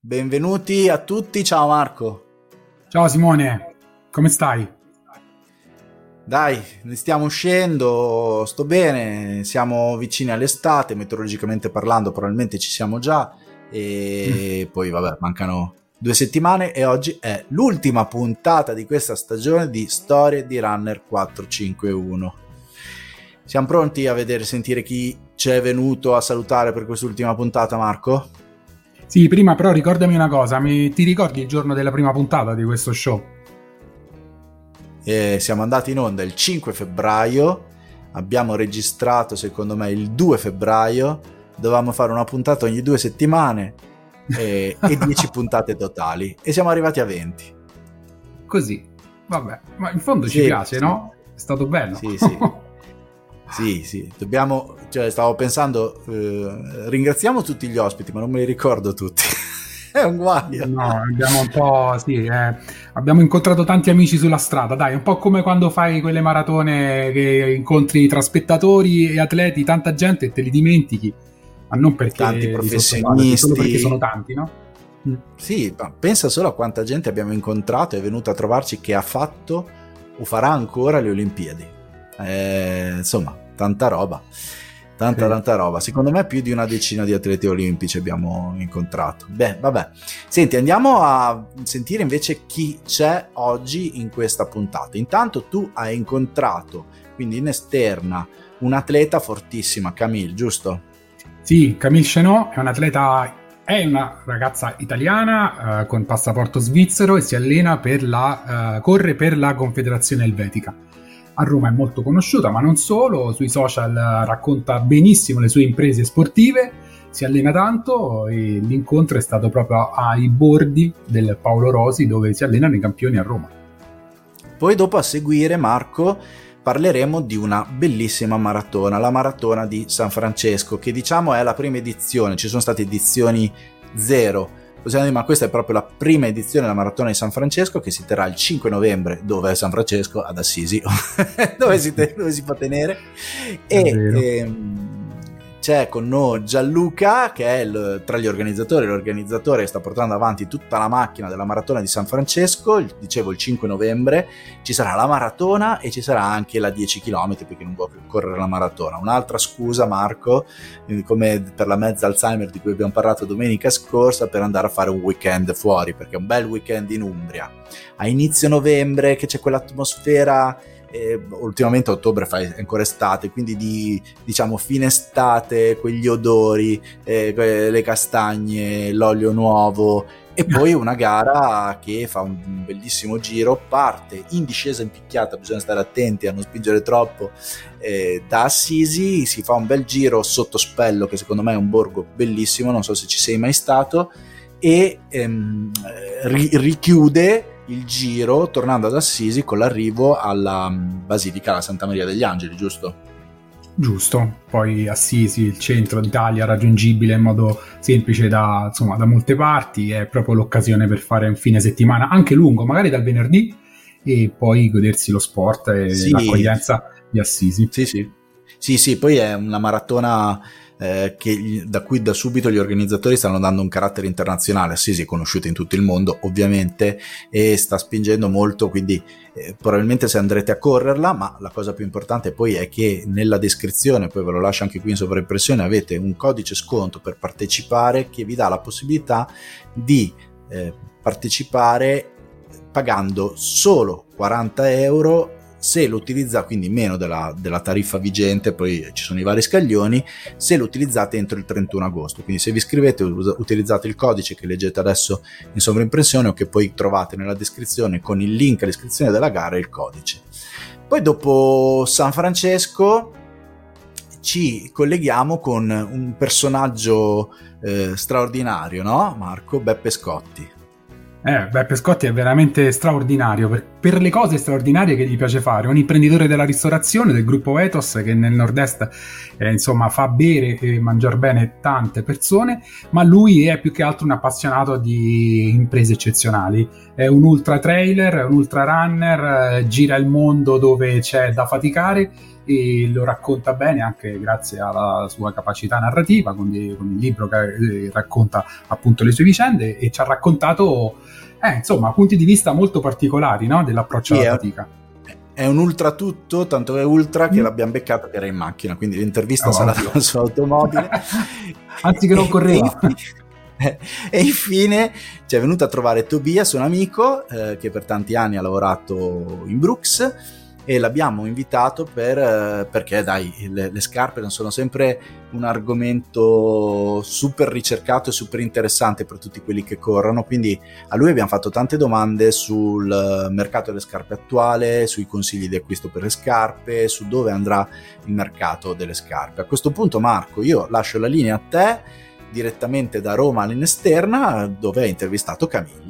Benvenuti a tutti, ciao Marco. Ciao Simone, come stai? Dai, ne stiamo uscendo, sto bene, siamo vicini all'estate, meteorologicamente parlando probabilmente ci siamo già e poi vabbè, mancano 2 settimane e oggi è l'ultima puntata di questa stagione di Storie di Runner 451. Siamo pronti a vedere e sentire chi ci è venuto a salutare per quest'ultima puntata, Marco? Sì, prima però ricordami una cosa, ti ricordi il giorno della prima puntata di questo show? Siamo andati in onda il 5 febbraio, abbiamo registrato secondo me il 2 febbraio, dovevamo fare una puntata ogni 2 settimane e 10 puntate totali e siamo arrivati a 20. Così, vabbè, ma in fondo ci piace, sì. No? È stato bello. Sì, dobbiamo, stavo pensando, ringraziamo tutti gli ospiti, ma non me li ricordo tutti. È un guaio. No, abbiamo un po', abbiamo incontrato tanti amici sulla strada, dai, un po' come quando fai quelle maratone che incontri tra spettatori e atleti, tanta gente e te li dimentichi, ma non perché tanti professionisti, solo perché sono tanti, no? Sì, ma pensa solo a quanta gente abbiamo incontrato e è venuta a trovarci che ha fatto o farà ancora le Olimpiadi. Insomma, tanta roba, tanta roba. Secondo me più di una decina di atleti olimpici abbiamo incontrato. Beh, vabbè. Senti, andiamo a sentire invece chi c'è oggi in questa puntata. Intanto tu hai incontrato, quindi in esterna, un'atleta fortissima, Camille, giusto? Sì, Camille Chenot è una ragazza italiana con passaporto svizzero e si allena corre per la Confederazione Elvetica. A Roma è molto conosciuta, ma non solo, sui social racconta benissimo le sue imprese sportive, si allena tanto e l'incontro è stato proprio ai bordi del Paolo Rosi, dove si allenano i campioni a Roma. Poi dopo a seguire, Marco, parleremo di una bellissima maratona, la maratona di San Francesco, che diciamo è la prima edizione, ci sono state edizioni 0, possiamo dire, ma questa è proprio la prima edizione della maratona di San Francesco che si terrà il 5 novembre, dove è San Francesco? Ad Assisi, dove si può tenere, e c'è con noi Gianluca che è tra gli organizzatori, l'organizzatore che sta portando avanti tutta la macchina della maratona di San Francesco. Dicevo, il 5 novembre ci sarà la maratona e ci sarà anche la 10 km perché non vuole correre la maratona. Un'altra scusa, Marco, come per la mezza Alzheimer di cui abbiamo parlato domenica scorsa, per andare a fare un weekend fuori, perché è un bel weekend in Umbria a inizio novembre, che c'è quell'atmosfera. Ultimamente a ottobre fai ancora estate, quindi diciamo fine estate, quegli odori, le castagne, l'olio nuovo, e poi una gara che fa un bellissimo giro, parte in discesa in picchiata, bisogna stare attenti a non spingere troppo, da Assisi si fa un bel giro sotto Spello, che secondo me è un borgo bellissimo, non so se ci sei mai stato, e richiude il giro tornando ad Assisi con l'arrivo alla Basilica alla Santa Maria degli Angeli, giusto? Giusto, poi Assisi, il centro d'Italia, raggiungibile in modo semplice da molte parti, è proprio l'occasione per fare un fine settimana anche lungo, magari dal venerdì, e poi godersi lo sport e l'accoglienza di Assisi. Sì, poi è una maratona da cui da subito gli organizzatori stanno dando un carattere internazionale. Assisi è conosciuta in tutto il mondo ovviamente e sta spingendo molto, quindi probabilmente se andrete a correrla, ma la cosa più importante poi è che nella descrizione, poi ve lo lascio anche qui in sovraimpressione, avete un codice sconto per partecipare che vi dà la possibilità di partecipare pagando solo 40 euro se lo utilizza, quindi meno della tariffa vigente, poi ci sono i vari scaglioni, se lo utilizzate entro il 31 agosto. Quindi se vi iscrivete utilizzate il codice che leggete adesso in sovraimpressione o che poi trovate nella descrizione con il link all'iscrizione della gara e il codice. Poi dopo San Francesco ci colleghiamo con un personaggio straordinario, no Marco? Beppe Scotti. Beppe Scotti è veramente straordinario per le cose straordinarie che gli piace fare. Un imprenditore della ristorazione del gruppo Ethos che nel nord-est fa bere e mangiare bene tante persone, ma lui è più che altro un appassionato di imprese eccezionali. È un ultra trailer, un ultra runner, gira il mondo dove c'è da faticare e lo racconta bene anche grazie alla sua capacità narrativa con il libro che racconta appunto le sue vicende, e ci ha raccontato insomma punti di vista molto particolari, no? Dell'approccio alla fatica. È un ultra tutto, tanto è ultra che l'abbiamo beccato che era in macchina, quindi l'intervista sarà dalla sua automobile. Anzi che non correva. E infine ci è venuto a trovare Tobias, un amico che per tanti anni ha lavorato in Brooks, e l'abbiamo invitato perché dai, le scarpe non sono sempre un argomento super ricercato e super interessante per tutti quelli che corrono, quindi a lui abbiamo fatto tante domande sul mercato delle scarpe attuale, sui consigli di acquisto per le scarpe, su dove andrà il mercato delle scarpe. A questo punto, Marco, io lascio la linea a te direttamente da Roma all'Esterna, dove hai intervistato Camille.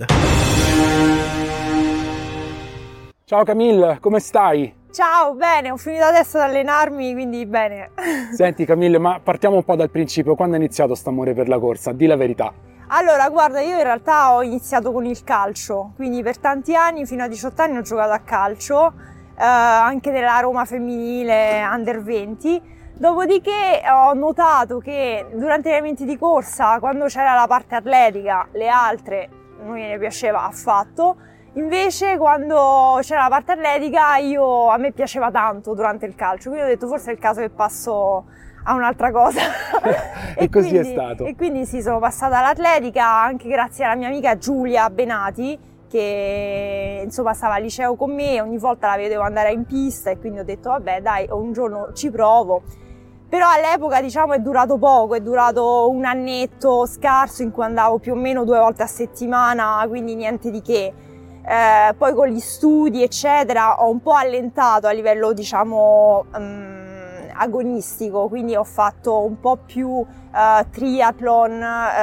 Ciao Camille, come stai? Ciao, bene, ho finito adesso ad allenarmi, quindi bene. Senti Camille, ma partiamo un po' dal principio, quando è iniziato sto amore per la corsa? Di la verità. Allora, guarda, io in realtà ho iniziato con il calcio, quindi per tanti anni, fino a 18 anni ho giocato a calcio, anche nella Roma femminile Under 20, dopodiché ho notato che durante gli allenamenti di corsa, quando c'era la parte atletica, le altre non me piaceva affatto. Invece quando c'era la parte atletica a me piaceva tanto durante il calcio, quindi ho detto forse è il caso che passo a un'altra cosa. E così quindi, è stato. E quindi sì, sono passata all'atletica anche grazie alla mia amica Giulia Benati, che insomma stava al liceo con me, ogni volta la vedevo andare in pista e quindi ho detto vabbè dai, un giorno ci provo. Però all'epoca diciamo è durato poco, è durato un annetto scarso in cui andavo più o meno 2 volte a settimana, quindi niente di che. Poi con gli studi eccetera ho un po' allentato a livello diciamo agonistico, quindi ho fatto un po' più triathlon,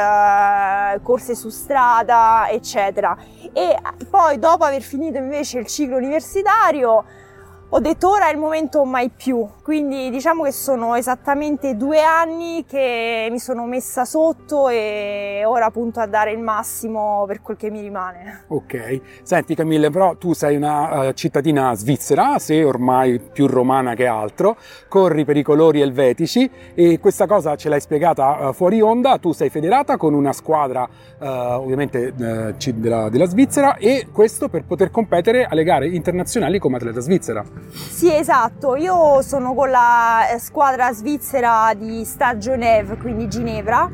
corse su strada eccetera, e poi dopo aver finito invece il ciclo universitario ho detto ora è il momento o mai più, quindi diciamo che sono esattamente 2 anni che mi sono messa sotto e ora punto a dare il massimo per quel che mi rimane. Ok, senti Camille, però tu sei una cittadina svizzera, sei ormai più romana che altro, corri per i colori elvetici e questa cosa ce l'hai spiegata fuori onda, tu sei federata con una squadra ovviamente della Svizzera, e questo per poter competere alle gare internazionali come atleta svizzera. Sì, esatto, io sono con la squadra svizzera di Stade Genève, quindi Ginevra,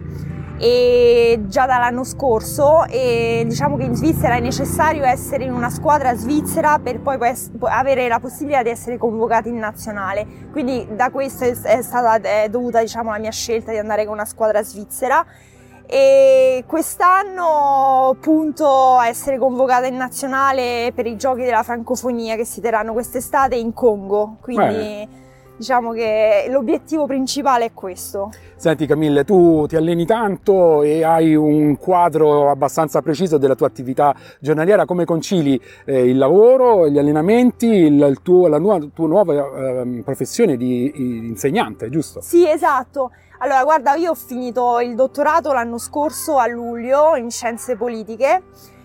e già dall'anno scorso, e diciamo che in Svizzera è necessario essere in una squadra svizzera per poi avere la possibilità di essere convocati in nazionale, quindi da questo è dovuta diciamo la mia scelta di andare con una squadra svizzera. E quest'anno punto a essere convocata in nazionale per i giochi della francofonia che si terranno quest'estate in Congo, quindi diciamo che l'obiettivo principale è questo. Senti Camille, tu ti alleni tanto e hai un quadro abbastanza preciso della tua attività giornaliera, come concili il lavoro, gli allenamenti, la tua nuova professione di insegnante, giusto? Sì, esatto. Allora, guarda, io ho finito il dottorato l'anno scorso a luglio in scienze politiche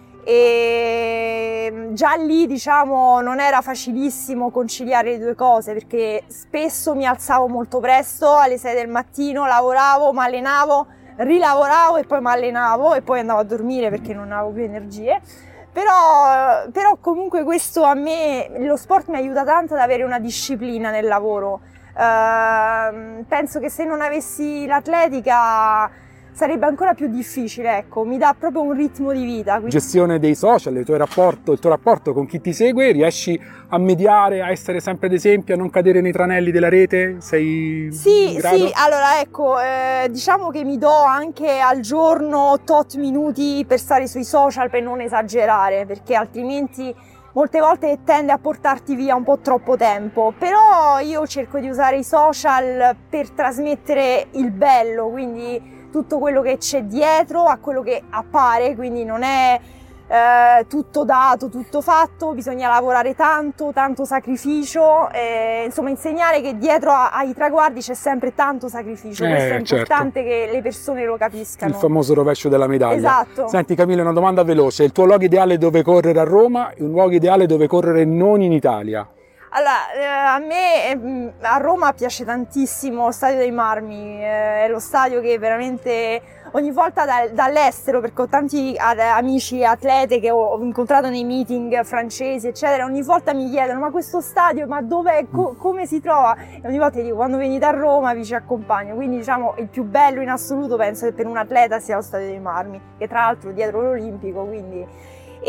e già lì, diciamo, non era facilissimo conciliare le due cose perché spesso mi alzavo molto presto, alle 6 del mattino, lavoravo, mi allenavo, rilavoravo e poi mi allenavo e poi andavo a dormire perché non avevo più energie. Però comunque questo a me, lo sport mi aiuta tanto ad avere una disciplina nel lavoro. Penso che se non avessi l'atletica sarebbe ancora più difficile, ecco, mi dà proprio un ritmo di vita. Quindi... Gestione dei social, il tuo rapporto con chi ti segue, riesci a mediare, a essere sempre d'esempio, a non cadere nei tranelli della rete? Sei in grado? Sì, allora ecco, diciamo che mi do anche al giorno tot minuti per stare sui social, per non esagerare, perché altrimenti molte volte tende a portarti via un po' troppo tempo, però io cerco di usare i social per trasmettere il bello, quindi tutto quello che c'è dietro a quello che appare, quindi non è tutto dato, tutto fatto, bisogna lavorare tanto sacrificio, insomma insegnare che dietro ai traguardi c'è sempre tanto sacrificio, questo è importante, certo, che le persone lo capiscano. Il famoso rovescio della medaglia. Esatto. Senti Camille, una domanda veloce, il tuo luogo ideale dove correre a Roma e un luogo ideale dove correre non in Italia? Allora, a me a Roma piace tantissimo lo Stadio dei Marmi, è lo stadio che veramente ogni volta dall'estero, perché ho tanti amici atlete che ho incontrato nei meeting francesi, eccetera, ogni volta mi chiedono ma questo stadio, ma dov'è, come si trova? E ogni volta dico quando venite a Roma vi ci accompagno, quindi diciamo il più bello in assoluto penso che per un atleta sia lo Stadio dei Marmi, che tra l'altro dietro l'Olimpico, quindi...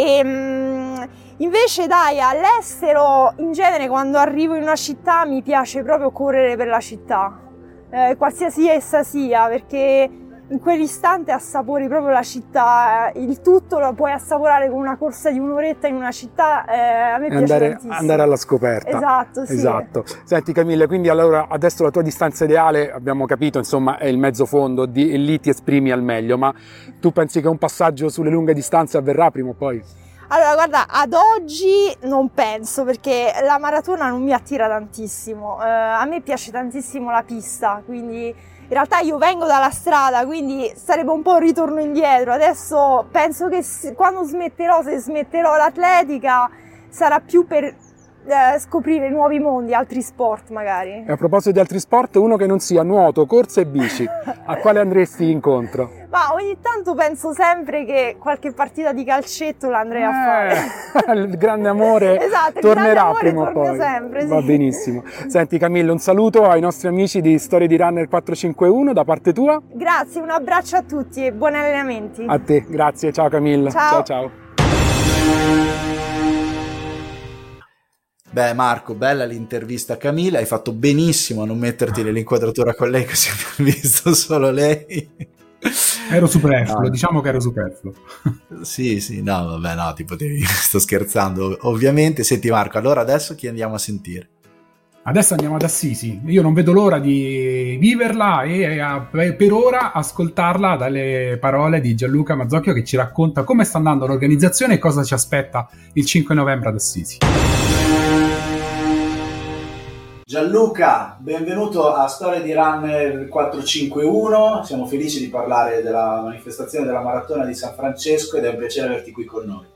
invece dai, all'estero in genere quando arrivo in una città mi piace proprio correre per la città, qualsiasi essa sia, perché in quell'istante assapori proprio la città, il tutto lo puoi assaporare con una corsa di un'oretta in una città, a me piace tantissimo. Andare alla scoperta. Esatto, sì. Esatto. Senti Camille, quindi allora adesso la tua distanza ideale, abbiamo capito, insomma, è il mezzo fondo, e lì ti esprimi al meglio, ma tu pensi che un passaggio sulle lunghe distanze avverrà prima o poi? Allora, guarda, ad oggi non penso, perché la maratona non mi attira tantissimo, a me piace tantissimo la pista, quindi in realtà io vengo dalla strada, quindi sarebbe un po' un ritorno indietro. Adesso penso che quando se smetterò l'atletica sarà più per scoprire nuovi mondi, altri sport magari. E a proposito di altri sport, uno che non sia nuoto, corsa e bici, a quale andresti incontro? Ma ogni tanto penso sempre che qualche partita di calcetto l'andrei a fare. Il grande amore, esatto, tornerà il grande amore prima o poi. Sempre, sì. Va benissimo. Senti Camille, un saluto ai nostri amici di Storie di Runner 451 da parte tua. Grazie, un abbraccio a tutti e buoni allenamenti. A te, grazie, ciao Camille. Ciao. Ciao. Beh Marco, bella l'intervista a Camilla, hai fatto benissimo a non metterti nell'inquadratura con lei, così abbiamo visto solo lei. Ero superfluo, No. diciamo che ero superfluo. Sì, no, vabbè, no, ti potevi, sto scherzando, ovviamente. Senti Marco, allora adesso chi andiamo a sentire? Adesso andiamo ad Assisi. Io non vedo l'ora di viverla e per ora ascoltarla dalle parole di Gianluca Mazzocchio, che ci racconta come sta andando l'organizzazione e cosa ci aspetta il 5 novembre ad Assisi. Gianluca, benvenuto a Storie di Runner 451, siamo felici di parlare della manifestazione della Maratona di San Francesco ed è un piacere averti qui con noi.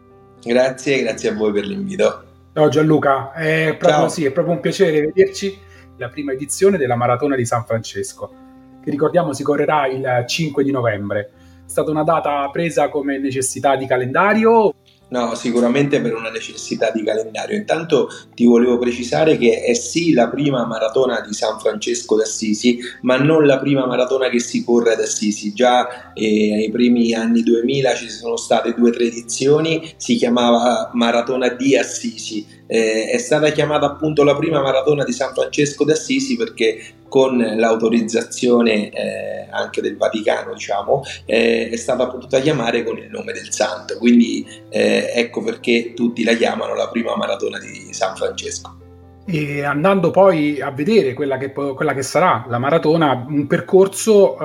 Grazie a voi per l'invito. Ciao Gianluca, è proprio, Ciao. sì, è proprio un piacere vederci la prima edizione della Maratona di San Francesco, che ricordiamo si correrà il 5 di novembre. È stata una data presa come necessità di calendario? No, sicuramente per una necessità di calendario. Intanto ti volevo precisare che è sì la prima maratona di San Francesco d'Assisi, ma non la prima maratona che si corre ad Assisi. Già ai primi anni 2000 ci sono state 2 o 3 edizioni, si chiamava Maratona di Assisi. È stata chiamata appunto la prima maratona di San Francesco d'Assisi perché con l'autorizzazione anche del Vaticano, diciamo, è stata potuta chiamare con il nome del santo, quindi ecco perché tutti la chiamano la prima maratona di San Francesco. E andando poi a vedere quella che sarà la maratona, un percorso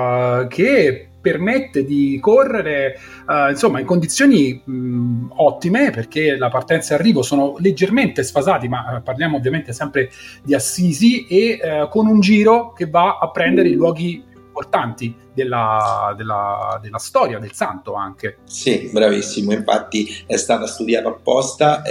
che permette di correre insomma in condizioni ottime, perché la partenza e arrivo sono leggermente sfasati, ma parliamo ovviamente sempre di Assisi, e con un giro che va a prendere i luoghi importanti della storia del santo anche. Sì, bravissimo, infatti è stata studiata apposta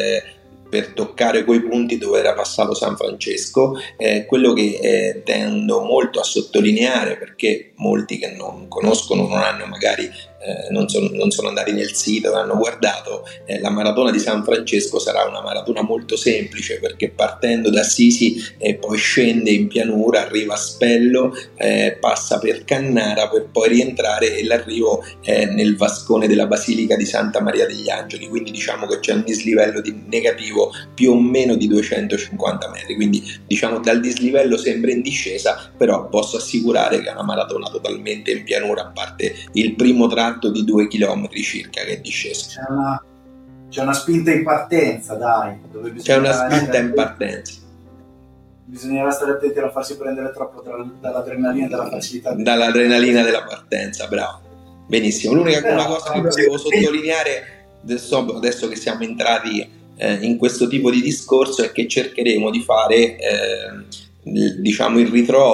per toccare quei punti dove era passato San Francesco. Quello che tendo molto a sottolineare, perché molti che non conoscono, non hanno magari non sono andati nel sito, non hanno guardato, la maratona di San Francesco sarà una maratona molto semplice, perché partendo da Assisi poi scende in pianura, arriva a Spello, passa per Cannara per poi rientrare, e l'arrivo è nel vascone della Basilica di Santa Maria degli Angeli, quindi diciamo che c'è un dislivello negativo più o meno di 250 metri, quindi diciamo dal dislivello sembra in discesa, però posso assicurare che è una maratona totalmente in pianura, a parte il primo tratto di 2 chilometri circa che è disceso. C'è una spinta in partenza, dai. C'è una spinta in partenza. Bisognerà stare attenti a non farsi prendere troppo dall'adrenalina e dalla facilità. Dall'adrenalina della partenza, bravo. Benissimo. Una cosa che volevo sottolineare adesso che siamo entrati in questo tipo di discorso è che cercheremo di fare diciamo il ritrovo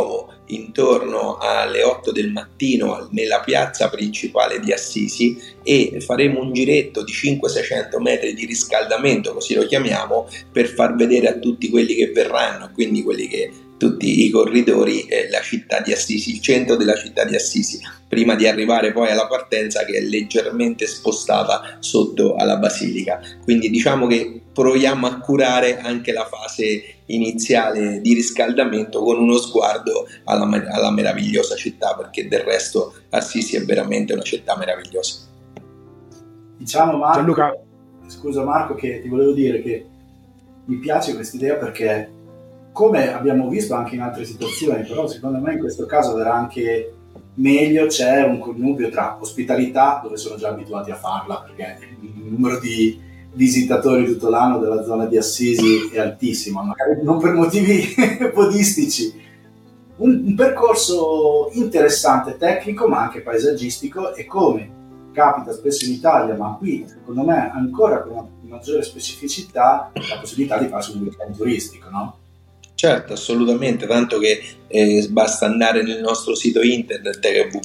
intorno alle 8 del mattino nella piazza principale di Assisi e faremo un giretto di 500-600 metri di riscaldamento, così lo chiamiamo, per far vedere a tutti quelli che verranno, quindi tutti i corridori, la città di Assisi, il centro della città di Assisi, prima di arrivare poi alla partenza che è leggermente spostata sotto alla Basilica. Quindi diciamo che proviamo a curare anche la fase iniziale di riscaldamento con uno sguardo alla meravigliosa città, perché del resto Assisi è veramente una città meravigliosa. Diciamo Marco, Gianluca. Scusa Marco, che ti volevo dire che mi piace questa idea perché, come abbiamo visto anche in altre situazioni, però secondo me in questo caso verrà anche meglio, c'è un connubio tra ospitalità, dove sono già abituati a farla perché il numero di visitatori tutto l'anno della zona di Assisi è altissimo, magari non per motivi podistici, un percorso interessante, tecnico ma anche paesaggistico, e come capita spesso in Italia, ma qui secondo me ancora con una maggiore specificità, la possibilità di farsi un weekend turistico, no? Certo, assolutamente, tanto che basta andare nel nostro sito internet che è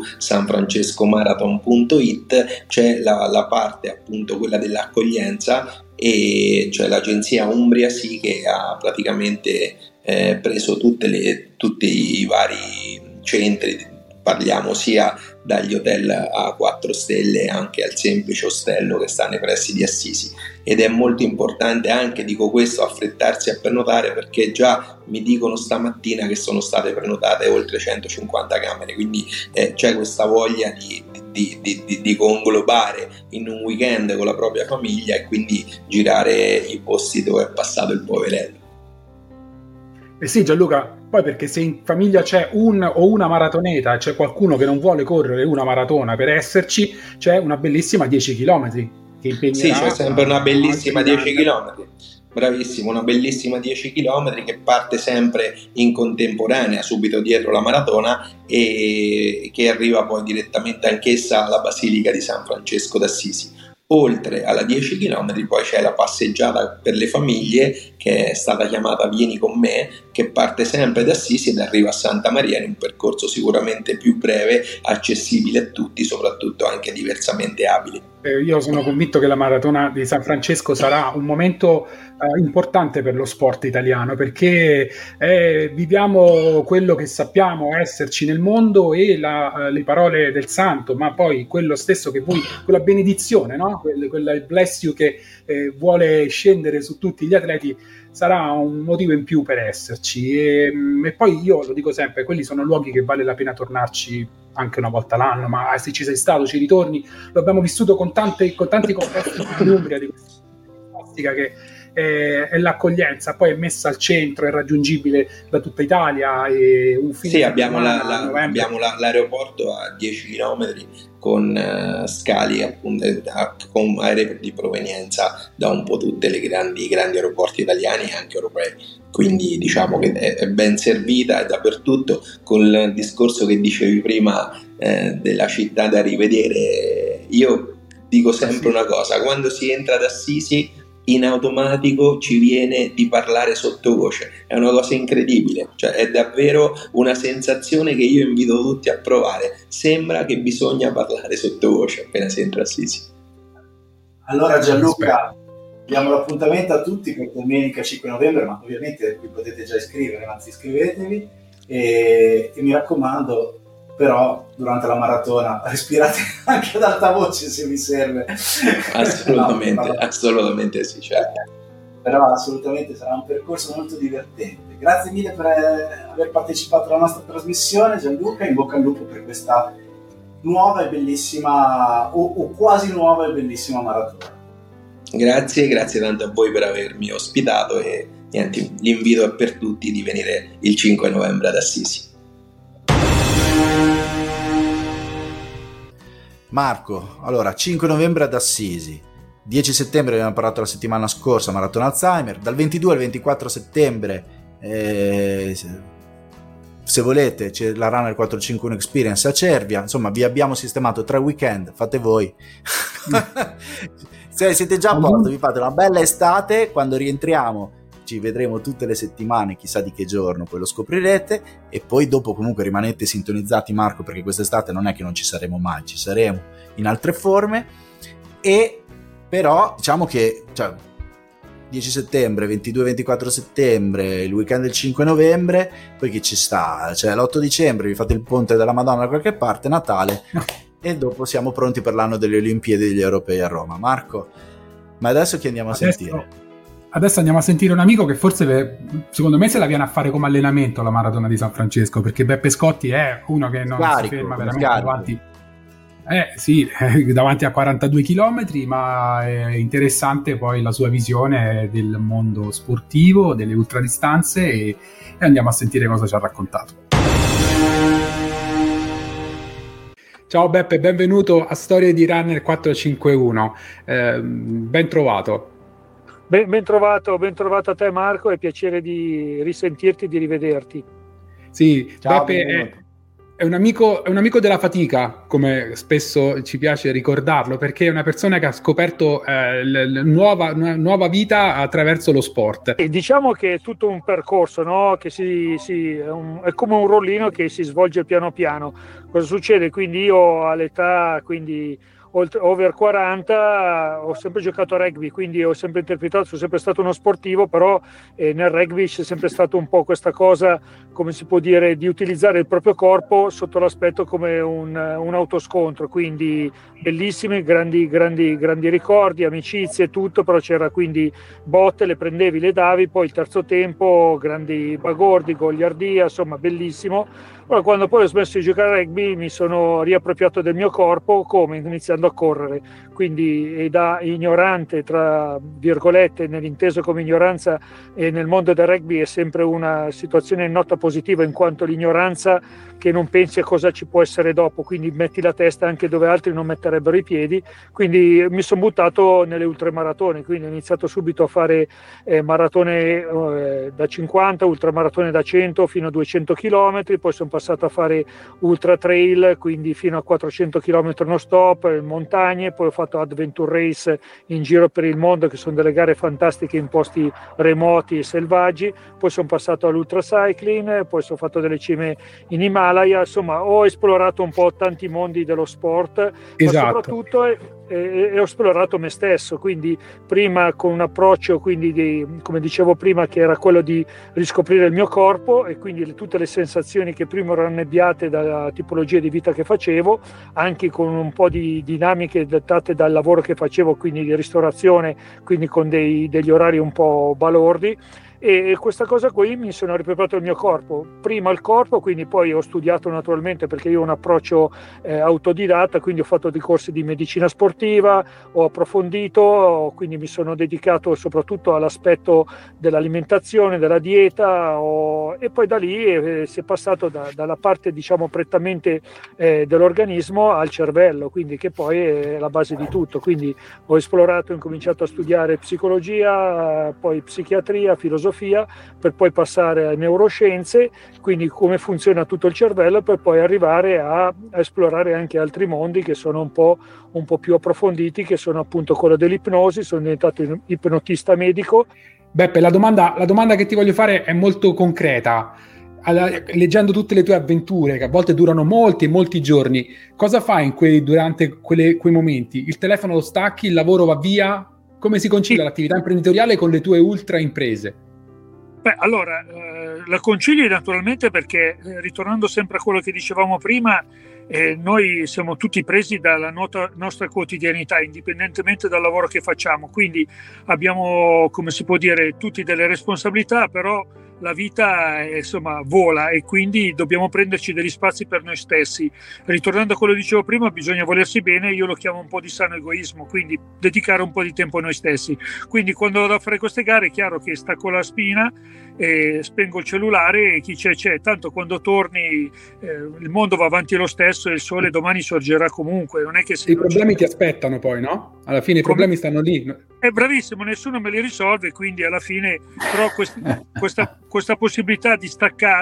www.sanfrancescomarathon.it, c'è la parte appunto quella dell'accoglienza, e cioè l'agenzia Umbria sì che ha praticamente preso tutti i vari centri, parliamo sia dagli hotel a 4 stelle anche al semplice ostello che sta nei pressi di Assisi, ed è molto importante anche, dico questo, affrettarsi a prenotare, perché già mi dicono stamattina che sono state prenotate oltre 150 camere, quindi c'è questa voglia di conglobare in un weekend con la propria famiglia e quindi girare i posti dove è passato il poverello. Eh sì, Gianluca, poi perché se in famiglia c'è un o una maratoneta, c'è qualcuno che non vuole correre una maratona per esserci, c'è una bellissima 10 km che impegnerà. Sì, c'è sempre una bellissima 10 km. Bravissimo, una bellissima 10 km che parte sempre in contemporanea subito dietro la maratona e che arriva poi direttamente anch'essa alla Basilica di San Francesco d'Assisi. Oltre alla 10 km poi c'è la passeggiata per le famiglie che è stata chiamata Vieni con me, che parte sempre da Assisi ed arriva a Santa Maria in un percorso sicuramente più breve, accessibile a tutti, soprattutto anche diversamente abili. Io sono convinto che la maratona di San Francesco sarà un momento importante per lo sport italiano, perché viviamo quello che sappiamo esserci nel mondo e le parole del santo, ma poi quello stesso che voi, quella benedizione, no? quella bless you che vuole scendere su tutti gli atleti, sarà un motivo in più per esserci. E poi io lo dico sempre, quelli sono luoghi che vale la pena tornarci anche una volta l'anno, ma se ci sei stato ci ritorni. Lo abbiamo vissuto con tanti contesti in Umbria di questa fantastica che è l'accoglienza, poi è messa al centro, è raggiungibile da tutta Italia. E un fine sì, abbiamo l'aeroporto a 10 km con scali appunto con aerei di provenienza da un po' tutte le grandi aeroporti italiani e anche europei, quindi diciamo che è ben servita, è dappertutto. Con il discorso che dicevi prima della città da rivedere, io dico sempre una cosa: quando si entra ad Assisi in automatico ci viene di parlare sottovoce, è una cosa incredibile, cioè è davvero una sensazione che io invito tutti a provare, sembra che bisogna parlare sottovoce appena si entra a Assisi. Allora Gianluca, diamo l'appuntamento a tutti per domenica 5 novembre, ma ovviamente vi potete già iscrivere, anzi iscrivetevi e mi raccomando, però durante la maratona respirate anche ad alta voce se vi serve. Assolutamente sì, certo. Però assolutamente sarà un percorso molto divertente. Grazie mille per aver partecipato alla nostra trasmissione, Gianluca, in bocca al lupo per questa nuova e bellissima o quasi nuova e bellissima maratona. Grazie tanto a voi per avermi ospitato e niente, l'invito è per tutti di venire il 5 novembre ad Assisi. Marco, allora 5 novembre ad Assisi, 10 settembre abbiamo parlato la settimana scorsa, Maratona Alzheimer, dal 22 al 24 settembre se volete c'è la Runner 451 Experience a Cervia, insomma vi abbiamo sistemato 3 weekend, fate voi. Se siete già a posto, vi fate una bella estate, quando rientriamo ci vedremo tutte le settimane, chissà di che giorno, poi lo scoprirete, e poi dopo comunque rimanete sintonizzati, Marco, perché quest'estate non è che non ci saremo mai, ci saremo in altre forme. E però diciamo che 10 settembre, 22-24 settembre, il weekend del 5 novembre, poi che ci sta, cioè l'8 dicembre vi fate il ponte della Madonna da qualche parte, Natale, e dopo siamo pronti per l'anno delle Olimpiadi degli Europei a Roma. Marco, ma adesso chi andiamo a sentire? Adesso andiamo a sentire un amico che forse secondo me se la viene a fare come allenamento la maratona di San Francesco, perché Beppe Scotti è uno che non si ferma veramente davanti. Sì, davanti a 42 km, ma è interessante poi la sua visione del mondo sportivo, delle ultradistanze, e andiamo a sentire cosa ci ha raccontato. Ciao Beppe, benvenuto a Storie di Runner 451, ben trovato. Ben trovato a te Marco, è piacere di risentirti, di rivederti. Sì, ciao, Beppe è un amico della fatica, come spesso ci piace ricordarlo, perché è una persona che ha scoperto nuova vita attraverso lo sport. E diciamo che è tutto un percorso, no? Che è come un rollino che si svolge piano piano. Cosa succede? Quindi io all'età, over 40, ho sempre giocato a rugby, quindi ho sempre interpretato, sono sempre stato uno sportivo, però nel rugby c'è sempre stato un po' questa cosa, come si può dire, di utilizzare il proprio corpo sotto l'aspetto come un autoscontro, quindi bellissimi, grandi ricordi, amicizie, tutto, però c'era quindi botte, le prendevi, le davi, poi il terzo tempo, grandi bagordi, goliardia, insomma bellissimo. Però quando poi ho smesso di giocare a rugby mi sono riappropriato del mio corpo, come? Iniziando a correre, quindi da ignorante, tra virgolette, nell'inteso come ignoranza, e nel mondo del rugby è sempre una situazione nota positiva, in quanto l'ignoranza che non pensi a cosa ci può essere dopo, quindi metti la testa anche dove altri non metterebbero i piedi, quindi mi sono buttato nelle ultramaratone, quindi ho iniziato subito a fare maratone da 50, ultramaratone da 100 fino a 200 km, poi sono passato a fare ultra trail, quindi fino a 400 km non stop, montagne, poi ho fatto adventure race in giro per il mondo, che sono delle gare fantastiche in posti remoti e selvaggi, poi sono passato all'ultra cycling, poi sono fatto delle cime in Himalaya, insomma ho esplorato un po' tanti mondi dello sport, esatto. Ma soprattutto ho esplorato me stesso, quindi prima con un approccio, quindi come dicevo prima, che era quello di riscoprire il mio corpo, e quindi tutte le sensazioni che prima erano annebbiate dalla tipologia di vita che facevo, anche con un po' di dinamiche dettate dal lavoro che facevo, quindi di ristorazione, quindi con degli orari un po' balordi. E questa cosa qui mi sono ripreparato il mio corpo, prima il corpo, quindi poi ho studiato naturalmente, perché io ho un approccio autodidatta, quindi ho fatto dei corsi di medicina sportiva, ho approfondito, quindi mi sono dedicato soprattutto all'aspetto dell'alimentazione, della dieta, e poi da lì si è passato dalla parte diciamo prettamente dell'organismo al cervello, quindi che poi è la base di tutto, quindi ho esplorato, ho incominciato a studiare psicologia, poi psichiatria, filosofia, per poi passare a neuroscienze, quindi come funziona tutto il cervello, per poi arrivare a esplorare anche altri mondi che sono un po' più approfonditi, che sono appunto quello dell'ipnosi. Sono diventato ipnotista medico. Beppe, la domanda che ti voglio fare è molto concreta. Leggendo tutte le tue avventure, che a volte durano molti giorni, cosa fai durante quei momenti? Il telefono lo stacchi, il lavoro va via? Come si concilia l'attività imprenditoriale con le tue ultra imprese? Allora, la concili naturalmente, perché ritornando sempre a quello che dicevamo prima, noi siamo tutti presi dalla nostra quotidianità, indipendentemente dal lavoro che facciamo, quindi abbiamo, come si può dire, tutti delle responsabilità, però la vita insomma vola, e quindi dobbiamo prenderci degli spazi per noi stessi. Ritornando a quello che dicevo prima, bisogna volersi bene, io lo chiamo un po' di sano egoismo, quindi dedicare un po' di tempo a noi stessi. Quindi quando vado a fare queste gare è chiaro che stacco la spina, spengo il cellulare, e chi c'è, tanto quando torni il mondo va avanti lo stesso e il sole domani sorgerà comunque, non è che i problemi ti aspettano poi, no? Alla fine i problemi stanno lì. È bravissimo, nessuno me li risolve, quindi alla fine però questa possibilità di staccare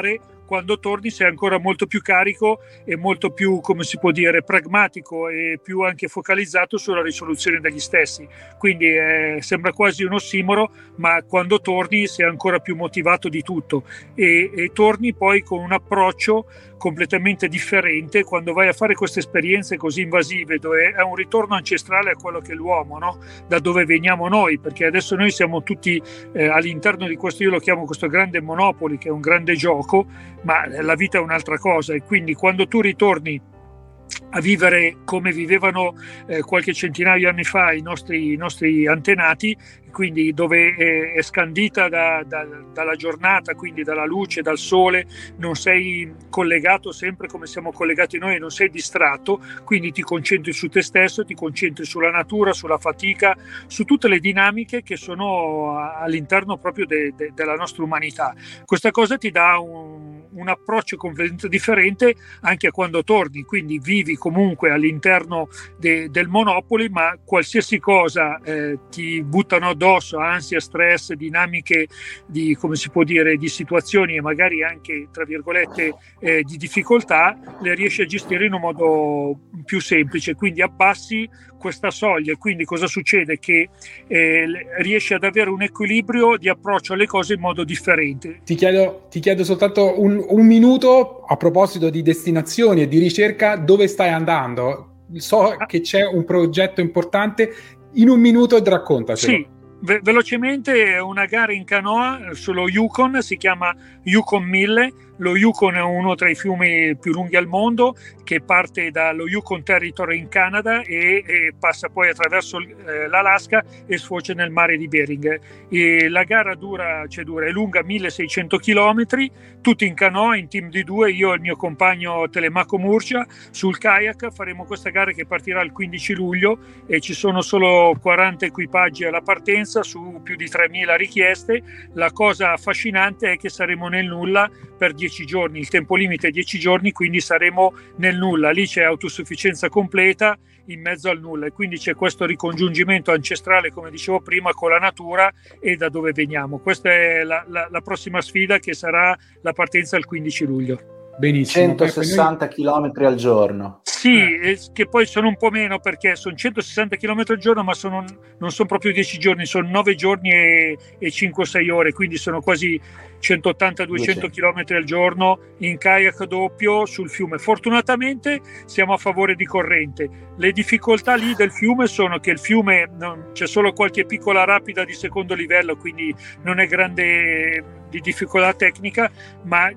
quando torni sei ancora molto più carico e molto più, come si può dire, pragmatico e più anche focalizzato sulla risoluzione degli stessi. Quindi sembra quasi un ossimoro, ma quando torni sei ancora più motivato di tutto e torni poi con un approccio completamente differente quando vai a fare queste esperienze così invasive, dove è un ritorno ancestrale a quello che è l'uomo, no? Da dove veniamo noi, perché adesso noi siamo tutti all'interno di questo, io lo chiamo questo grande Monopoly, che è un grande gioco, ma la vita è un'altra cosa, e quindi quando tu ritorni a vivere come vivevano qualche centinaio di anni fa i nostri antenati, quindi dove è scandita dalla giornata, quindi dalla luce, dal sole, non sei collegato sempre come siamo collegati noi, non sei distratto, quindi ti concentri su te stesso, ti concentri sulla natura, sulla fatica, su tutte le dinamiche che sono all'interno proprio della nostra umanità. Questa cosa ti dà un approccio completamente differente anche a quando torni, quindi vivi comunque all'interno del Monopoly, ma qualsiasi cosa ti buttano addosso, ansia, stress, dinamiche di, come si può dire, di situazioni e magari anche tra virgolette di difficoltà, le riesci a gestire in un modo più semplice, quindi abbassi questa soglia. Quindi cosa succede? Che riesci ad avere un equilibrio di approccio alle cose in modo differente. Ti chiedo soltanto un minuto a proposito di destinazioni e di ricerca. Dove stai andando? So che c'è un progetto importante, in un minuto raccontacelo. Sì, velocemente, una gara in canoa sullo Yukon, si chiama Yukon 1000. Lo Yukon è uno tra i fiumi più lunghi al mondo, che parte dallo Yukon Territory in Canada e passa poi attraverso l'Alaska e sfocia nel mare di Bering. E la gara è lunga 1600 km, tutti in canoa, in team di 2, io e il mio compagno Telemaco Murcia. Sul kayak faremo questa gara che partirà il 15 luglio e ci sono solo 40 equipaggi alla partenza su più di 3.000 richieste. La cosa affascinante è che saremo nel nulla per 10 giorni, il tempo limite è 10 giorni, quindi saremo nel nulla, lì c'è autosufficienza completa in mezzo al nulla, e quindi c'è questo ricongiungimento ancestrale, come dicevo prima, con la natura e da dove veniamo. Questa è la prossima sfida, che sarà la partenza il 15 luglio. Benissimo. 160 km al giorno. Sì, che poi sono un po' meno, perché sono 160 km al giorno, ma non sono proprio 10 giorni, sono 9 giorni e 5-6 ore, quindi sono quasi 180-200 km al giorno in kayak doppio sul fiume. Fortunatamente siamo a favore di corrente. Le difficoltà lì del fiume sono che il fiume c'è solo qualche piccola rapida di secondo livello, quindi non è grande di difficoltà tecnica, ma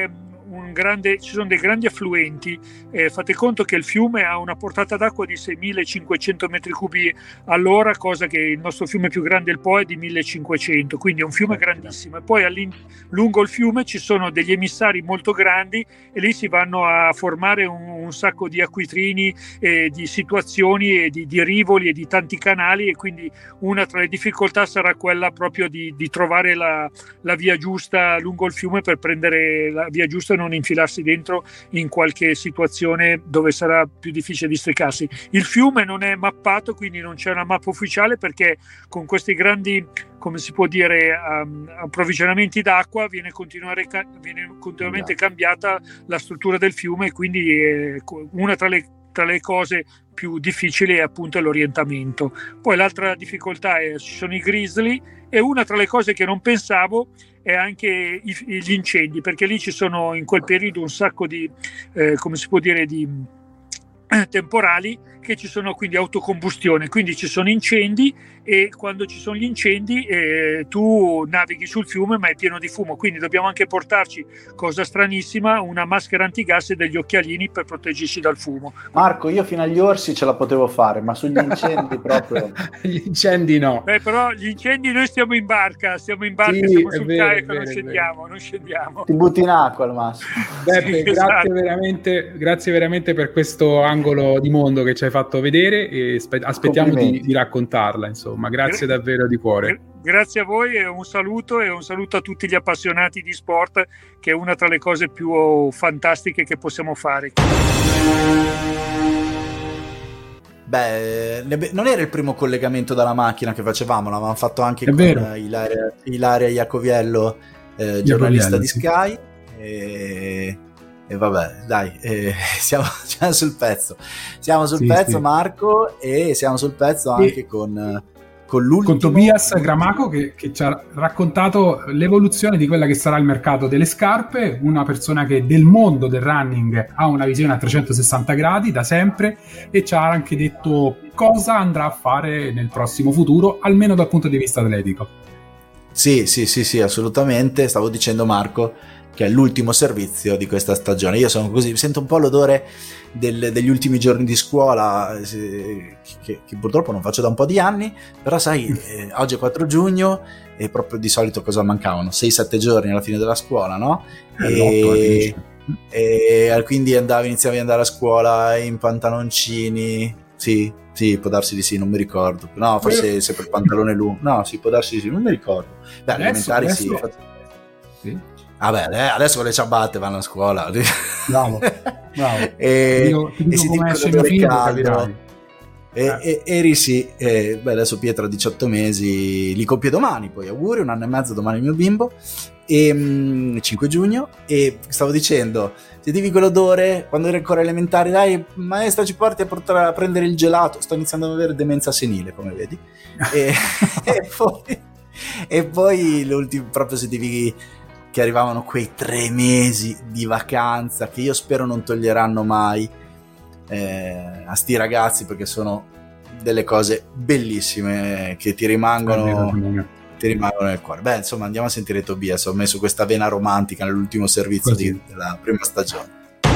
ci sono dei grandi affluenti. Fate conto che il fiume ha una portata d'acqua di 6.500 metri cubi all'ora, cosa che il nostro fiume più grande, il Po, è di 1.500, quindi è un fiume grandissimo. E poi lungo il fiume ci sono degli emissari molto grandi e lì si vanno a formare un sacco di acquitrini, di situazioni e di rivoli e di tanti canali, e quindi una tra le difficoltà sarà quella proprio di trovare la via giusta lungo il fiume per prendere la via giusta e non infilarsi dentro in qualche situazione dove sarà più difficile districarsi. Il fiume non è mappato, quindi non c'è una mappa ufficiale, perché con questi grandi, come si può dire, approvvigionamenti d'acqua viene continuamente cambiata la struttura del fiume, quindi una tra le cose più difficili è appunto l'orientamento. Poi l'altra difficoltà sono i grizzly, e una tra le cose che non pensavo è anche gli incendi, perché lì ci sono in quel periodo un sacco di come si può dire, di temporali, che ci sono quindi autocombustione, quindi ci sono incendi, e quando ci sono gli incendi tu navighi sul fiume ma è pieno di fumo, quindi dobbiamo anche portarci, cosa stranissima, una maschera antigas e degli occhialini per proteggerci dal fumo. Marco, io fino agli orsi ce la potevo fare, ma sugli incendi proprio gli incendi no. Però gli incendi, noi stiamo in barca, sì, siamo sul kayak, non scendiamo. Ti butti in acqua al massimo. Beppe, Sì, esatto. grazie veramente per questo angolo di mondo che ci hai fatto vedere, e aspettiamo di raccontarla, insomma. Grazie davvero di cuore. Grazie a voi, e un saluto a tutti gli appassionati di sport, che è una tra le cose più fantastiche che possiamo fare. Beh, non era il primo collegamento dalla macchina che facevamo, l'avevamo fatto anche con Ilaria Iacoviello, giornalista di Sky. E vabbè, dai, siamo sul pezzo. Siamo sul pezzo, sì. Marco, e siamo sul pezzo anche con l'ultimo. Con Tobias Gramaco che ci ha raccontato l'evoluzione di quella che sarà il mercato delle scarpe, una persona che del mondo del running ha una visione a 360 gradi da sempre, e ci ha anche detto cosa andrà a fare nel prossimo futuro, almeno dal punto di vista atletico. Sì, assolutamente. Stavo dicendo, Marco, che è l'ultimo servizio di questa stagione. Io sono così, sento un po' l'odore degli ultimi giorni di scuola, che purtroppo non faccio da un po' di anni, però sai, oggi è 4 giugno e proprio di solito cosa mancavano? 6-7 giorni alla fine della scuola, no? E quindi iniziavi ad andare a scuola in pantaloncini, sì, può darsi di sì, non mi ricordo, no, forse sempre il pantalone lungo, no, sì, può darsi di sì, non mi ricordo. Beh, elementari sì. Vabbè, adesso con le ciabatte vanno a scuola. Bravo. E si dicono l'odore caldo. Eri sì. Beh, adesso Pietro ha 18 mesi, li compie domani, poi auguri, 1 anno e mezzo domani il mio bimbo, e 5 giugno, e stavo dicendo, sentivi quell'odore quando eri ancora elementare, dai maestra ci porti a prendere il gelato, sto iniziando ad avere demenza senile, come vedi. e poi l'ultimo, proprio sentivi che arrivavano quei 3 mesi di vacanza che io spero non toglieranno mai a sti ragazzi, perché sono delle cose bellissime che ti rimangono nel cuore. Beh, insomma, andiamo a sentire Tobias. Ho messo questa vena romantica nell'ultimo servizio della prima stagione.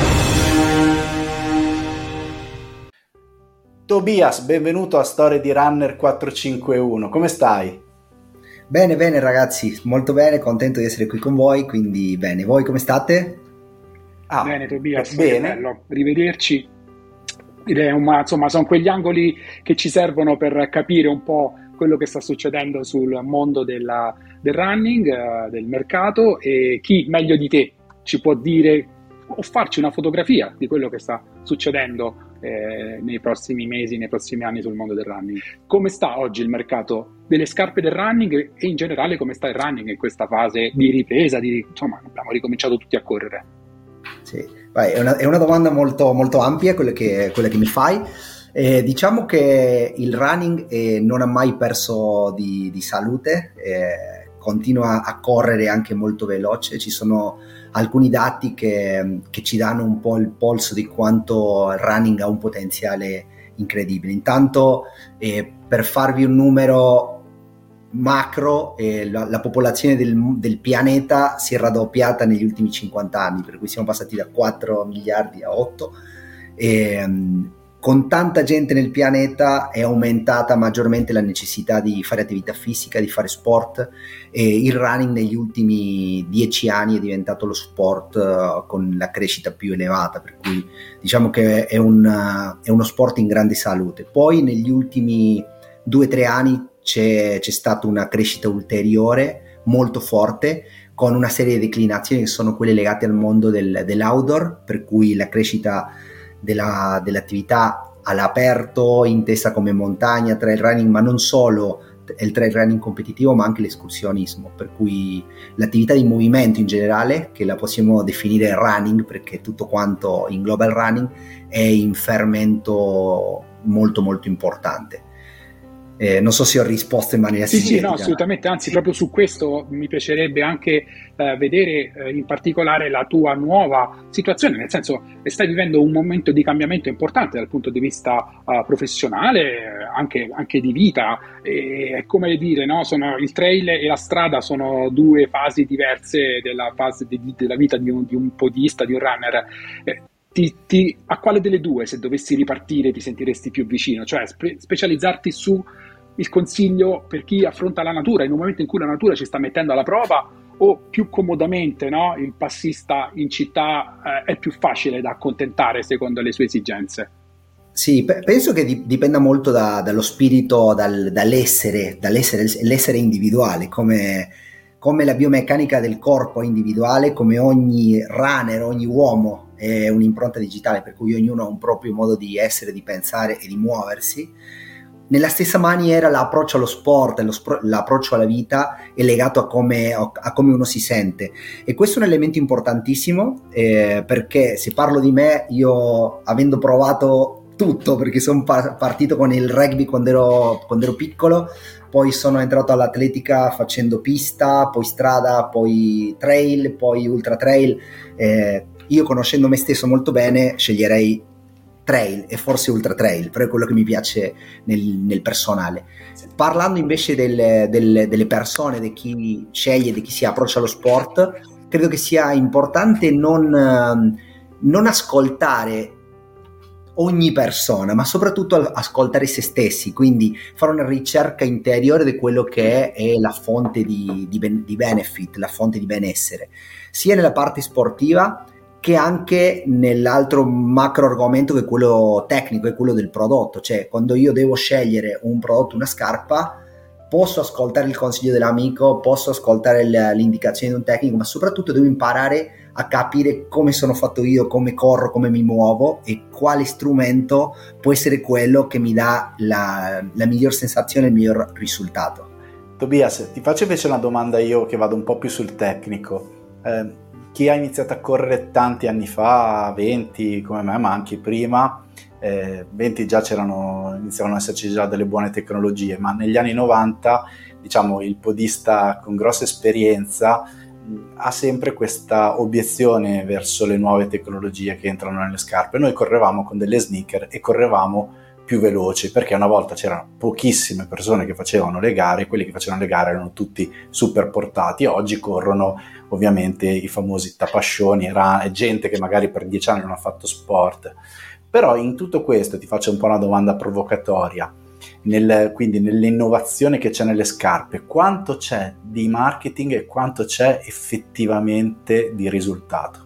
Tobias, benvenuto a Storie di Runner 451. Come stai? Bene ragazzi, molto bene, contento di essere qui con voi, quindi bene. Voi come state? Bene Tobias, bene. Bello rivederci. Insomma, sono quegli angoli che ci servono per capire un po' quello che sta succedendo sul mondo del running, del mercato, e chi meglio di te ci può dire o farci una fotografia di quello che sta succedendo nei prossimi mesi, nei prossimi anni sul mondo del running. Come sta oggi il mercato delle scarpe del running e in generale come sta il running in questa fase di ripresa, insomma, abbiamo ricominciato tutti a correre? Sì, è una domanda molto, molto ampia quella che mi fai. Diciamo che il running non ha mai perso di salute, continua a correre anche molto veloce. Ci sono alcuni dati che ci danno un po' il polso di quanto il running ha un potenziale incredibile. Intanto, per farvi un numero macro, la popolazione del pianeta si è raddoppiata negli ultimi 50 anni, per cui siamo passati da 4 miliardi a 8, con tanta gente nel pianeta è aumentata maggiormente la necessità di fare attività fisica, di fare sport, e il running negli ultimi 10 anni è diventato lo sport con la crescita più elevata, per cui diciamo che è uno sport in grande salute. Poi negli ultimi 2-3 anni c'è stata una crescita ulteriore molto forte, con una serie di declinazioni che sono quelle legate al mondo dell'outdoor, per cui la crescita dell'attività all'aperto, intesa come montagna, trail running, ma non solo il trail running competitivo, ma anche l'escursionismo, per cui l'attività di movimento in generale, che la possiamo definire running perché tutto quanto ingloba il running, è in fermento molto molto importante. Non so se ho risposto in maniera sintetica. Sì, no, assolutamente, anzi proprio su questo mi piacerebbe anche vedere in particolare la tua nuova situazione, nel senso che stai vivendo un momento di cambiamento importante dal punto di vista professionale, anche di vita, è come dire, no? Il trail e la strada sono due fasi diverse della fase della vita di un podista, di un runner. A quale delle due, se dovessi ripartire, ti sentiresti più vicino? Cioè specializzarti su il consiglio per chi affronta la natura in un momento in cui la natura ci sta mettendo alla prova, o più comodamente, no? Il passista in città è più facile da accontentare secondo le sue esigenze? Sì, penso che dipenda molto dallo spirito, dall'essere individuale, come la biomeccanica del corpo è individuale, come ogni runner, ogni uomo è un'impronta digitale, per cui ognuno ha un proprio modo di essere, di pensare e di muoversi. nella stessa maniera l'approccio allo sport, l'approccio alla vita è legato a come uno si sente, e questo è un elemento importantissimo, perché se parlo di me, io avendo provato tutto, perché sono partito con il rugby quando ero piccolo, poi sono entrato all'atletica facendo pista, poi strada, poi trail, poi ultra trail. Io, conoscendo me stesso molto bene, sceglierei trail e forse ultra trail, però è quello che mi piace nel personale. Parlando invece delle persone, di chi sceglie, di chi si approccia allo sport, credo che sia importante non ascoltare ogni persona, ma soprattutto ascoltare se stessi, quindi fare una ricerca interiore di quello che è la fonte di benefit, la fonte di benessere, sia nella parte sportiva che anche nell'altro macro argomento, che è quello tecnico, è quello del prodotto. Cioè, quando io devo scegliere un prodotto, una scarpa, posso ascoltare il consiglio dell'amico, posso ascoltare l'indicazione di un tecnico, ma soprattutto devo imparare a capire come sono fatto io, come corro, come mi muovo, e quale strumento può essere quello che mi dà la miglior sensazione, il miglior risultato. Tobias, ti faccio invece una domanda io che vado un po' più sul tecnico. Chi ha iniziato a correre tanti anni fa, 20 come me, ma anche prima, 20 già iniziavano ad esserci già delle buone tecnologie, ma negli anni 90, diciamo, il podista con grossa esperienza ha sempre questa obiezione verso le nuove tecnologie che entrano nelle scarpe. Noi correvamo con delle sneaker e correvamo più veloci, perché una volta c'erano pochissime persone che facevano le gare, e quelli che facevano le gare erano tutti super portati. Oggi corrono ovviamente i famosi tapascioni, gente che magari per 10 anni non ha fatto sport. Però in tutto questo ti faccio un po' una domanda provocatoria, quindi nell'innovazione che c'è nelle scarpe, quanto c'è di marketing e quanto c'è effettivamente di risultato?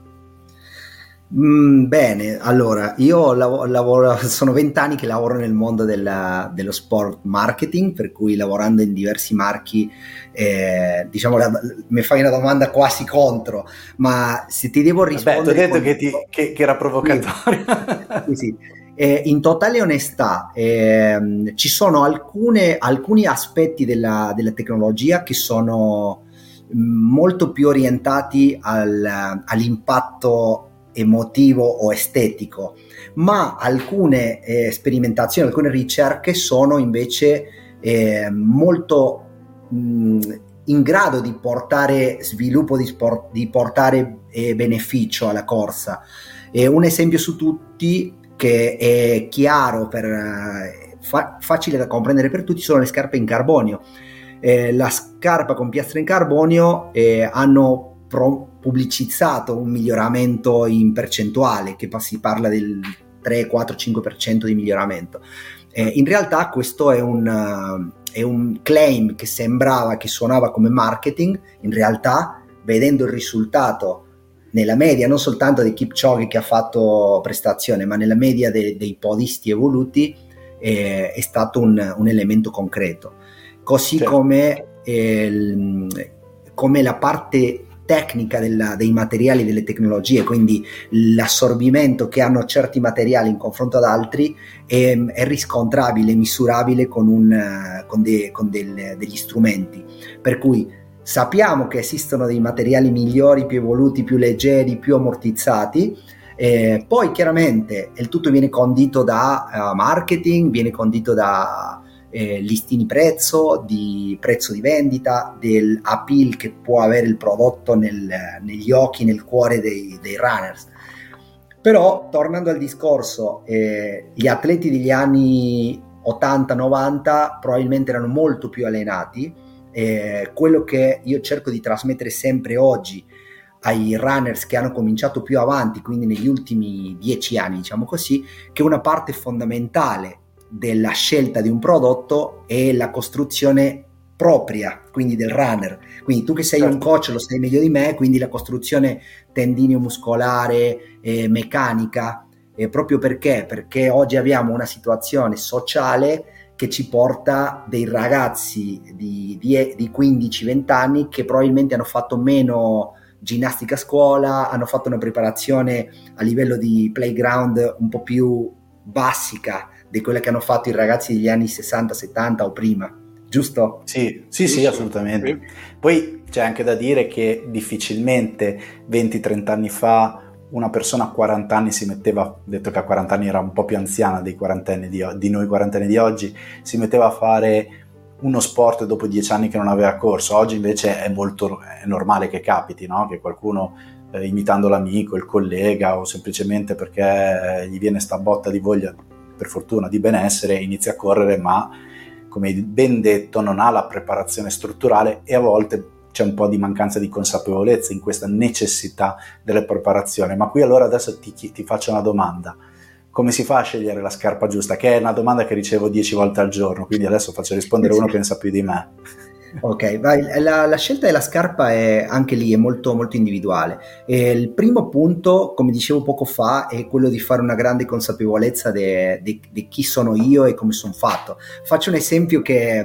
Bene, allora io lavoro, sono 20 anni che lavoro nel mondo dello sport marketing, per cui lavorando in diversi marchi, diciamo, mi fai una domanda quasi contro, ma se ti devo rispondere... Ti ho detto che era provocatoria. Sì. In totale onestà, ci sono alcuni aspetti della tecnologia che sono molto più orientati all'impatto emotivo o estetico, ma alcune sperimentazioni, alcune ricerche sono invece molto in grado di portare sviluppo, di portare beneficio alla corsa. Un esempio su tutti, che è chiaro, facile da comprendere per tutti, sono le scarpe in carbonio. La scarpa con piastre in carbonio hanno pubblicizzato un miglioramento in percentuale, che si parla del 3, 4, 5% di miglioramento. In realtà questo è un claim che suonava come marketing. In realtà, vedendo il risultato nella media, non soltanto di Kipchoge che ha fatto prestazione, ma nella media dei podisti evoluti, è stato un elemento concreto. Così certo. come la parte tecnica dei materiali, delle tecnologie, quindi l'assorbimento che hanno certi materiali in confronto ad altri è riscontrabile, misurabile con degli strumenti, per cui sappiamo che esistono dei materiali migliori, più evoluti, più leggeri, più ammortizzati. Poi chiaramente il tutto viene condito da marketing, viene condito da listini prezzo di vendita, del appeal che può avere il prodotto negli occhi, nel cuore dei runners. Però, tornando al discorso, gli atleti degli anni 80-90 probabilmente erano molto più allenati. Quello che io cerco di trasmettere sempre oggi ai runners che hanno cominciato più avanti, quindi negli ultimi 10 anni, diciamo così, che una parte fondamentale della scelta di un prodotto è la costruzione propria, quindi del runner. Quindi tu che sei un coach lo sai meglio di me, quindi la costruzione tendineo-muscolare, meccanica, proprio perché oggi abbiamo una situazione sociale che ci porta dei ragazzi di 15-20 anni che probabilmente hanno fatto meno ginnastica a scuola, hanno fatto una preparazione a livello di playground un po' più basica di quelle che hanno fatto i ragazzi degli anni 60, 70 o prima, giusto? Sì, assolutamente. Poi c'è anche da dire che difficilmente 20-30 anni fa una persona a 40 anni si metteva, detto che a 40 anni era un po' più anziana dei quarantenni di noi quarantenni di oggi, si metteva a fare uno sport dopo 10 anni che non aveva corso. Oggi invece è normale che capiti, no? Che qualcuno imitando l'amico, il collega o semplicemente perché gli viene sta botta di voglia, per fortuna, di benessere, inizia a correre, ma come ben detto non ha la preparazione strutturale e a volte c'è un po' di mancanza di consapevolezza in questa necessità della preparazione. Ma qui allora adesso ti faccio una domanda: come si fa a scegliere la scarpa giusta? Che è una domanda che ricevo 10 volte al giorno, quindi adesso faccio rispondere uno che ne sa più di me. Ok, vai. La scelta della scarpa è anche lì, è molto, molto individuale. Il primo punto, come dicevo poco fa, è quello di fare una grande consapevolezza di chi sono io e come sono fatto. Faccio un esempio che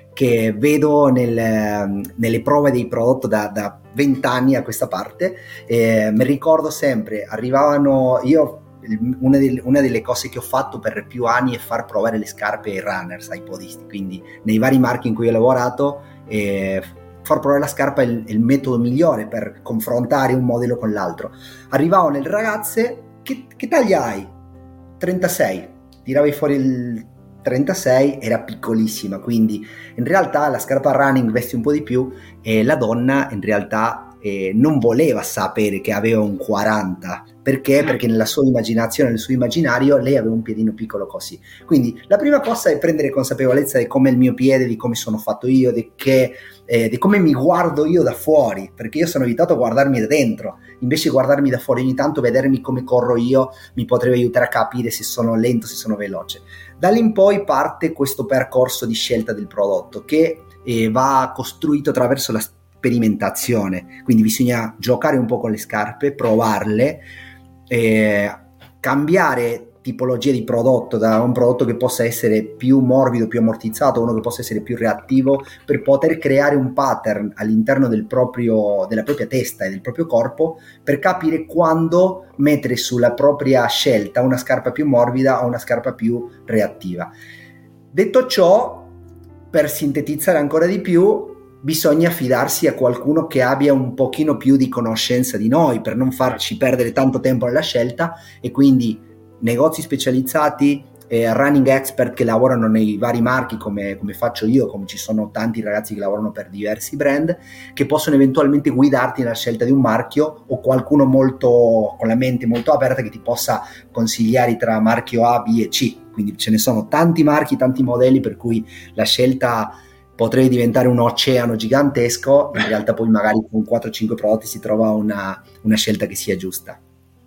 vedo nelle prove dei prodotti da 20 anni a questa parte. Mi ricordo sempre, arrivavano, una delle cose che ho fatto per più anni è far provare le scarpe ai runners, ai podisti, quindi nei vari marchi in cui ho lavorato, far provare la scarpa è il metodo migliore per confrontare un modello con l'altro. Arrivavano le ragazze: che taglia hai? 36. Tiravi fuori il 36, era piccolissima, quindi in realtà la scarpa running veste un po' di più e la donna in realtà non voleva sapere che aveva un 40. Perché? Perché nella sua immaginazione, nel suo immaginario, lei aveva un piedino piccolo così. Quindi la prima cosa è prendere consapevolezza di come è il mio piede, di come sono fatto io, di come mi guardo io da fuori, perché io sono abituato a guardarmi da dentro, invece di guardarmi da fuori ogni tanto, vedermi come corro io mi potrebbe aiutare a capire se sono lento, se sono veloce. Da lì in poi parte questo percorso di scelta del prodotto che va costruito attraverso la sperimentazione, quindi bisogna giocare un po' con le scarpe, provarle, cambiare tipologia di prodotto, da un prodotto che possa essere più morbido, più ammortizzato, uno che possa essere più reattivo, per poter creare un pattern all'interno della propria testa e del proprio corpo, per capire quando mettere sulla propria scelta una scarpa più morbida o una scarpa più reattiva. Detto ciò, per sintetizzare ancora di più, bisogna affidarsi a qualcuno che abbia un pochino più di conoscenza di noi, per non farci perdere tanto tempo nella scelta, e quindi negozi specializzati, running expert che lavorano nei vari marchi come faccio io, come ci sono tanti ragazzi che lavorano per diversi brand, che possono eventualmente guidarti nella scelta di un marchio, o qualcuno molto con la mente molto aperta che ti possa consigliare tra marchio A, B e C. Quindi ce ne sono tanti marchi, tanti modelli, per cui la scelta potrebbe diventare un oceano gigantesco. In realtà poi magari con 4-5 prodotti si trova una scelta che sia giusta.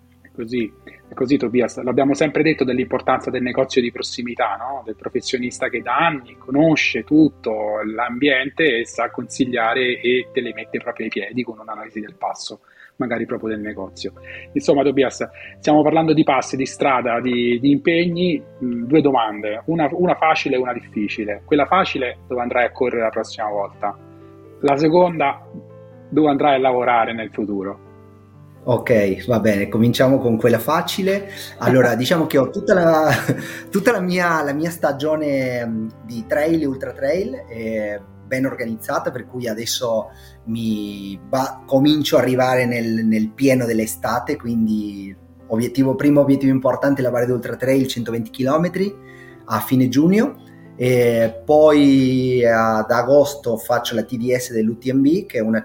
È così Tobias, l'abbiamo sempre detto dell'importanza del negozio di prossimità, no? Del professionista che da anni conosce tutto l'ambiente e sa consigliare e te le mette proprio ai piedi con un'analisi del passo, magari proprio del negozio. Insomma Tobias, stiamo parlando di passi, di strada, di impegni. Due domande, una facile e una difficile. Quella facile: dove andrai a correre la prossima volta? La seconda: dove andrai a lavorare nel futuro? Ok, va bene, cominciamo con quella facile. Allora, diciamo che ho tutta la mia stagione di trail e ultra trail ben organizzata, per cui adesso comincio a arrivare nel pieno dell'estate, quindi primo obiettivo importante è la Valle d'Ultra Trail 120 km a fine giugno. E poi ad agosto faccio la TDS dell'UTMB, che è una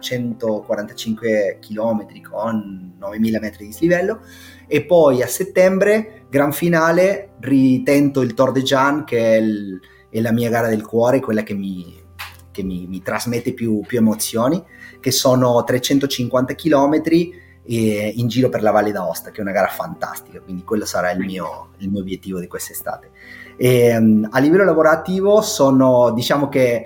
145 km con 9000 metri di dislivello, e poi a settembre, gran finale, ritento il Tor de Jeanne, che è la mia gara del cuore, quella che mi trasmette più emozioni, che sono 350 km in giro per la Valle d'Aosta, che è una gara fantastica, quindi quello sarà il mio obiettivo di quest'estate. A livello lavorativo diciamo che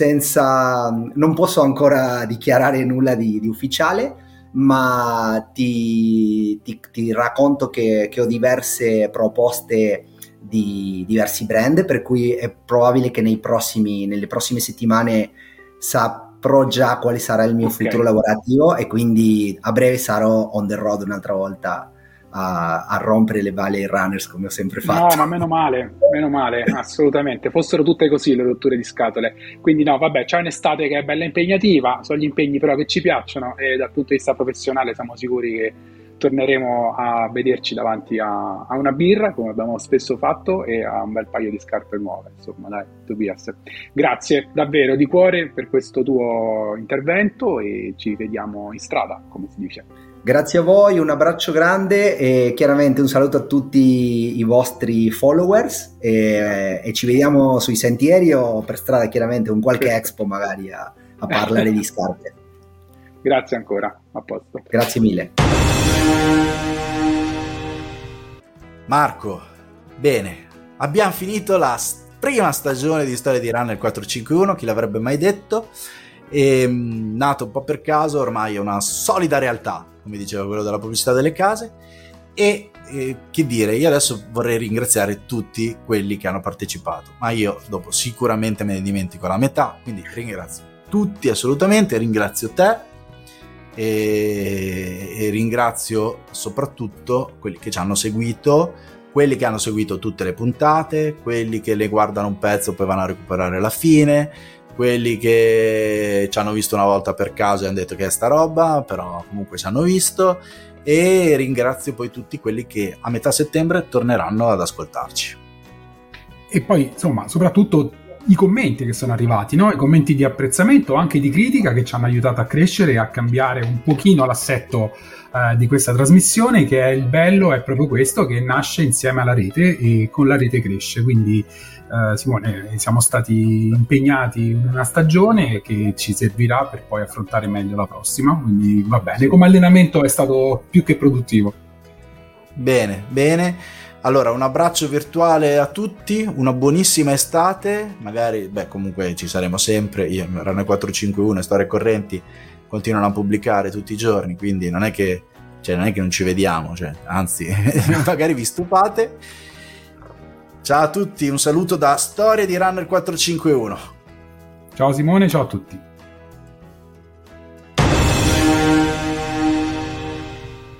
non posso ancora dichiarare nulla di ufficiale, ma ti racconto che ho diverse proposte di diversi brand, per cui è probabile che nelle prossime settimane saprò già quale sarà il mio futuro lavorativo, e quindi a breve sarò on the road un'altra volta a rompere le balle ai runners come ho sempre fatto. No, ma meno male, assolutamente. Fossero tutte così le rotture di scatole. Quindi no, vabbè, c'è un'estate che è bella impegnativa, sono gli impegni però che ci piacciono e dal punto di vista professionale siamo sicuri che torneremo a vederci davanti a una birra, come abbiamo spesso fatto, e a un bel paio di scarpe nuove. Insomma, dai, Tobias. Grazie davvero di cuore per questo tuo intervento e ci vediamo in strada, come si dice. Grazie a voi, un abbraccio grande e chiaramente un saluto a tutti i vostri followers e ci vediamo sui sentieri o per strada, chiaramente un qualche expo magari a parlare di scarpe. Grazie ancora, a posto. Grazie mille. Marco, bene, abbiamo finito la prima stagione di Storia di Runner 451, chi l'avrebbe mai detto? Nato un po' per caso, ormai è una solida realtà, come diceva quello della pubblicità delle case, e che dire, io adesso vorrei ringraziare tutti quelli che hanno partecipato, ma io dopo sicuramente me ne dimentico la metà, quindi ringrazio tutti assolutamente, ringrazio te e ringrazio soprattutto quelli che ci hanno seguito, quelli che hanno seguito tutte le puntate, quelli che le guardano un pezzo poi vanno a recuperare la fine, quelli che ci hanno visto una volta per caso e hanno detto che è sta roba, però comunque ci hanno visto, e ringrazio poi tutti quelli che a metà settembre torneranno ad ascoltarci. E poi insomma soprattutto i commenti che sono arrivati, no? I commenti di apprezzamento, anche di critica, che ci hanno aiutato a crescere e a cambiare un pochino l'assetto di questa trasmissione, che è il bello, è proprio questo, che nasce insieme alla rete e con la rete cresce. Quindi Simone, siamo stati impegnati in una stagione che ci servirà per poi affrontare meglio la prossima, quindi va bene, come allenamento è stato più che produttivo. Bene, allora un abbraccio virtuale a tutti, una buonissima estate, magari, comunque ci saremo sempre, io Runner 451 e Storie Correnti continuano a pubblicare tutti i giorni, quindi non è che non ci vediamo, anzi magari vi stupate. Ciao a tutti, un saluto da Storie di Runner 451. Ciao Simone, ciao a tutti.